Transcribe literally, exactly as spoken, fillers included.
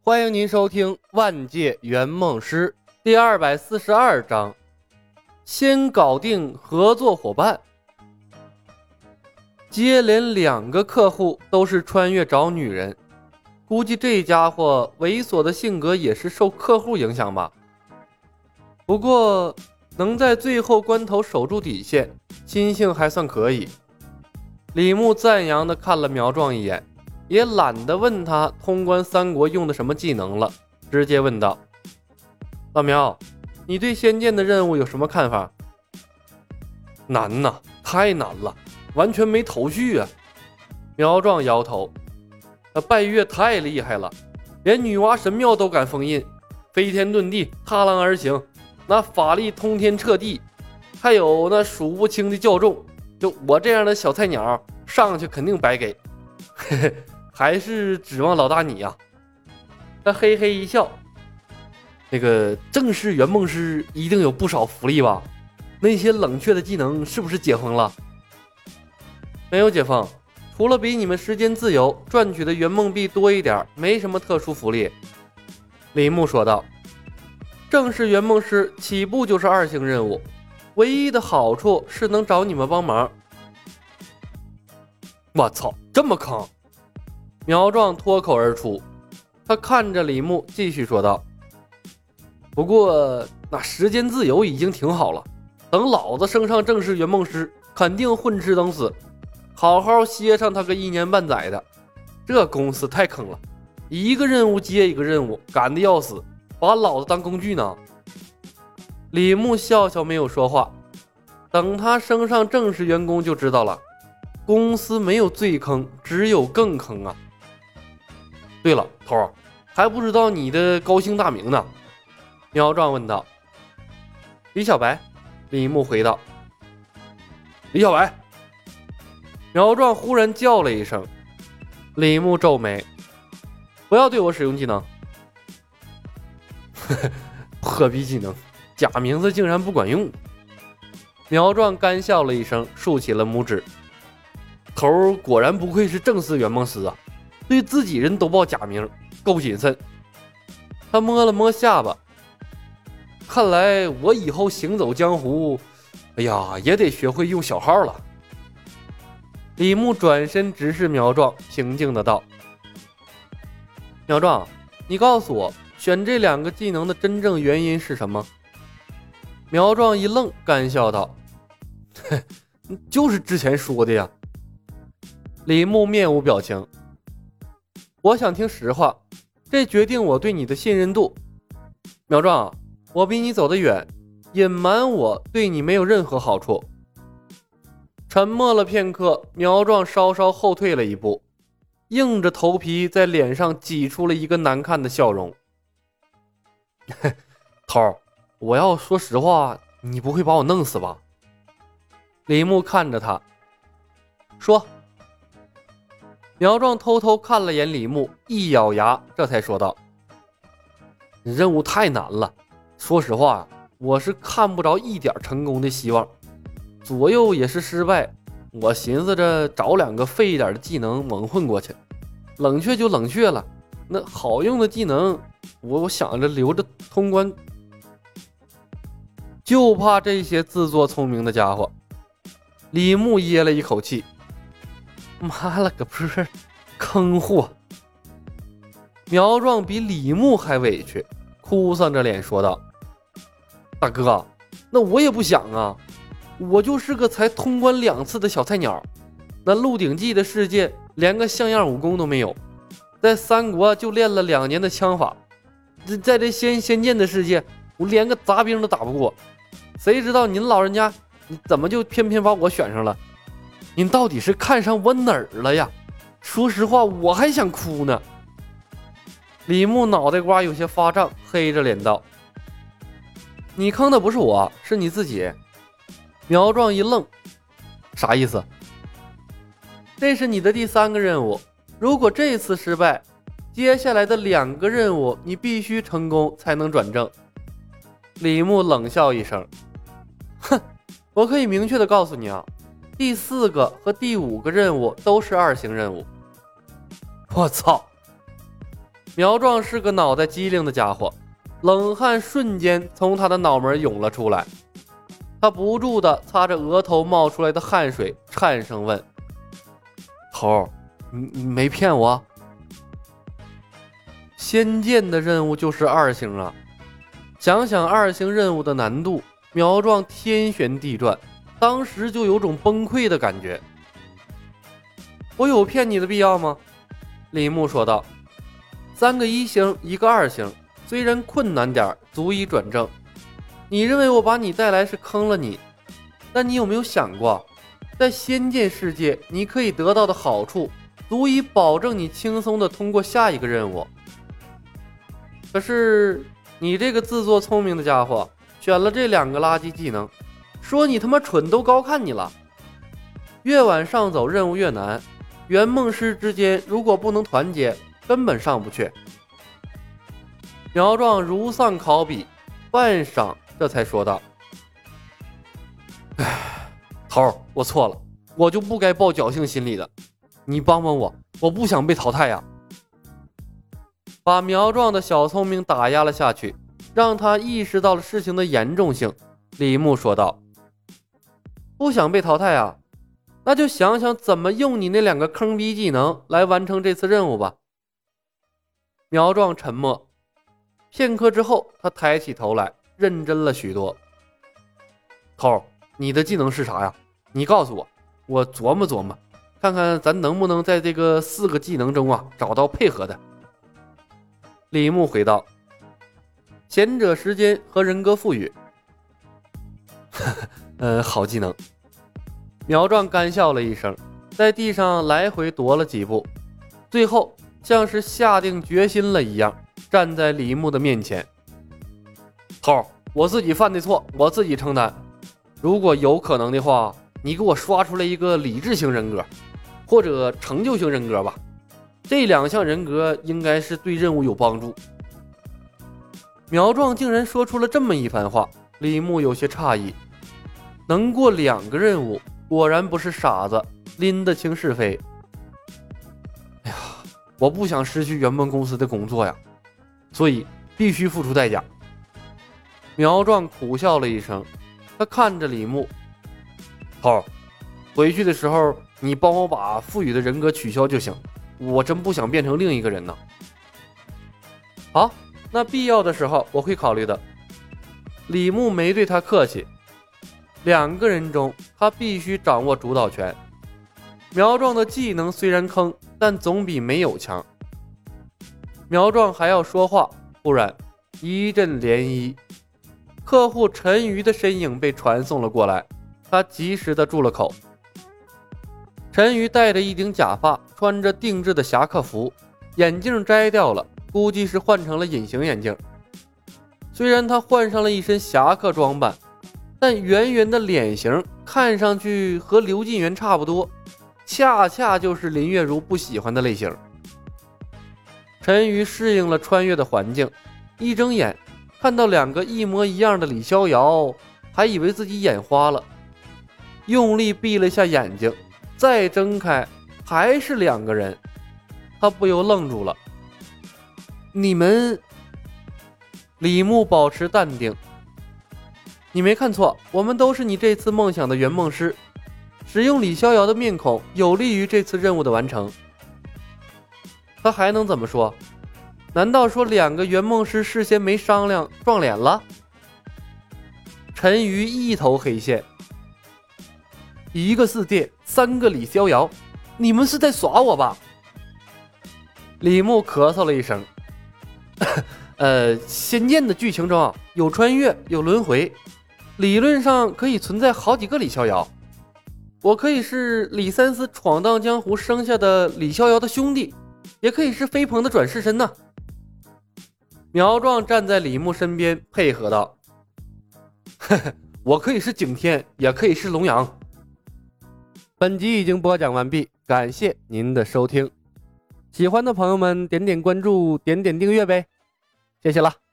欢迎您收听《万界圆梦师》第二百四十二章，先搞定合作伙伴。接连两个客户都是穿越找女人，估计这家伙猥琐的性格也是受客户影响吧。不过能在最后关头守住底线，心性还算可以。李牧赞扬地看了苗壮一眼，也懒得问他通关三国用的什么技能了，直接问道：老苗，你对仙剑的任务有什么看法？难呐，太难了，完全没头绪啊。苗壮摇头，那拜月太厉害了，连女娲神庙都敢封印，飞天遁地，踏浪而行，那法力通天彻地，还有那数不清的教众，就我这样的小菜鸟上去肯定白给。嘿嘿，还是指望老大你呀、啊。他嘿嘿一笑，那个正式圆梦师一定有不少福利吧？那些冷却的技能是不是解封了？没有解封，除了比你们时间自由赚取的圆梦币多一点，没什么特殊福利。李牧说道。正式圆梦师起步就是二星任务，唯一的好处是能找你们帮忙。我操，这么坑！苗壮脱口而出，他看着李牧继续说道：不过那时间自由已经挺好了，等老子升上正式圆梦师肯定混吃等死，好好歇上他个一年半载的。这公司太坑了，一个任务接一个任务，赶得要死，把老子当工具呢。李牧笑笑没有说话，等他升上正式员工就知道了，公司没有最坑，只有更坑啊。对了，头儿，还不知道你的高姓大名呢？苗壮问道。李小白，李牧回道。李小白。苗壮忽然叫了一声。李牧皱眉，不要对我使用技能。破逼技能，假名字竟然不管用。苗壮干笑了一声，竖起了拇指。头儿果然不愧是正式圆梦师啊，对自己人都报假名，够谨慎。他摸了摸下巴，看来我以后行走江湖，哎呀，也得学会用小号了。李牧转身直视苗壮，平静的道：苗壮，你告诉我，选这两个技能的真正原因是什么？苗壮一愣，干笑道：就是之前说的呀。李牧面无表情，我想听实话，这决定我对你的信任度。苗壮，我比你走得远，隐瞒我对你没有任何好处。沉默了片刻，苗壮稍稍后退了一步，硬着头皮在脸上挤出了一个难看的笑容。头儿，我要说实话，你不会把我弄死吧？李牧看着他说。苗壮偷偷看了眼李牧，一咬牙，这才说道：任务太难了，说实话，我是看不着一点成功的希望，左右也是失败。我寻思着找两个废一点的技能蒙混过去，冷却就冷却了，那好用的技能我想着留着通关。就怕这些自作聪明的家伙。李牧噎了一口气，妈了个不是，坑货！苗壮比李牧还委屈，哭丧着脸说道：大哥，那我也不想啊，我就是个才通关两次的小菜鸟，那鹿鼎记的世界连个像样武功都没有，在三国就练了两年的枪法，在这仙仙剑的世界我连个杂兵都打不过，谁知道您老人家你怎么就偏偏把我选上了？您到底是看上我哪儿了呀？说实话，我还想哭呢。李牧脑袋瓜有些发胀，黑着脸道：你坑的不是我，是你自己。苗壮一愣，啥意思？这是你的第三个任务，如果这次失败，接下来的两个任务你必须成功才能转正。李牧冷笑一声，哼，我可以明确的告诉你啊，第四个和第五个任务都是二星任务。我操！ 苗壮是个脑袋机灵的家伙，冷汗瞬间从他的脑门涌了出来。他不住地擦着额头冒出来的汗水，颤声问：头，你你没骗我？仙剑的任务就是二星啊，想想二星任务的难度，苗壮天旋地转，当时就有种崩溃的感觉。我有骗你的必要吗？李牧说道。三个一星，一个二星，虽然困难点，足以转正。你认为我把你带来是坑了你，但你有没有想过，在仙剑世界你可以得到的好处，足以保证你轻松地通过下一个任务。可是你这个自作聪明的家伙，选了这两个垃圾技能，说你他妈蠢都高看你了。越往上走任务越难，圆梦师之间如果不能团结，根本上不去。苗壮如丧考妣，半晌这才说道：唉，头儿，我错了，我就不该抱侥幸心理的，你帮帮我，我不想被淘汰呀。把苗壮的小聪明打压了下去，让他意识到了事情的严重性。李牧说道：不想被淘汰啊，那就想想怎么用你那两个坑逼技能来完成这次任务吧。苗壮沉默片刻之后，他抬起头来，认真了许多。头，你的技能是啥呀？你告诉我，我琢磨琢磨，看看咱能不能在这个四个技能中啊找到配合的。李牧回道：贤者时间和人格赋予。呃，好技能。苗壮干笑了一声，在地上来回踱了几步，最后像是下定决心了一样，站在李牧的面前。头，我自己犯的错，我自己承担。如果有可能的话，你给我刷出来一个理智型人格，或者成就型人格吧。这两项人格应该是对任务有帮助。苗壮竟然说出了这么一番话，李牧有些诧异。能过两个任务，果然不是傻子，拎得清是非。哎呀，我不想失去圆梦公司的工作呀，所以必须付出代价。苗壮苦笑了一声，他看着李牧：头，回去的时候你帮我把赋予的人格取消就行，我真不想变成另一个人呢。好，那必要的时候我会考虑的。李牧没对他客气，两个人中他必须掌握主导权。苗壮的技能虽然坑，但总比没有强。苗壮还要说话，忽然一阵涟漪，客户陈瑜的身影被传送了过来，他及时的住了口。陈瑜戴着一顶假发，穿着定制的侠客服，眼镜摘掉了，估计是换成了隐形眼镜。虽然他换上了一身侠客装扮，但圆圆的脸型看上去和刘晋元差不多，恰恰就是林月如不喜欢的类型。陈瑜适应了穿越的环境，一睁眼看到两个一模一样的李逍遥，还以为自己眼花了，用力闭了下眼睛，再睁开还是两个人，他不由愣住了。你们……李牧保持淡定，你没看错，我们都是你这次梦想的圆梦师，使用李逍遥的面孔有利于这次任务的完成。他还能怎么说？难道说两个圆梦师事先没商量撞脸了？陈瑜一头黑线，一个四殿，三个李逍遥，你们是在耍我吧？李牧咳嗽了一声，呃，仙剑的剧情中啊，有穿越，有轮回，理论上可以存在好几个李逍遥。我可以是李三思闯荡江湖生下的李逍遥的兄弟，也可以是飞鹏的转世身呢。苗壮站在李牧身边配合道：呵呵，我可以是景天，也可以是龙阳。本集已经播讲完毕，感谢您的收听。喜欢的朋友们点点关注，点点订阅呗，谢谢了。